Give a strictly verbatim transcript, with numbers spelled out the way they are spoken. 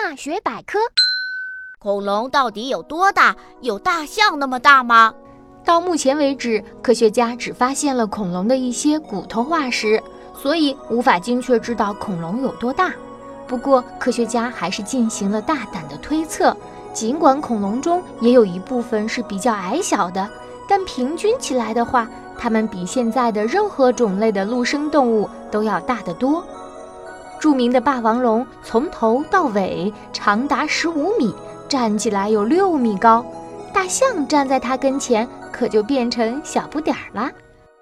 大学百科。 恐龙到底有多大？有大象那么大吗？ 到目前为止，科学家只发现了恐龙的一些骨头化石，所以无法精确知道恐龙有多大。不过，科学家还是进行了大胆的推测，尽管恐龙中也有一部分是比较矮小的，但平均起来的话，它们比现在的任何种类的陆生动物都要大得多。著名的霸王龙从头到尾长达十五米，站起来有六米高，大象站在它跟前可就变成小不点儿了。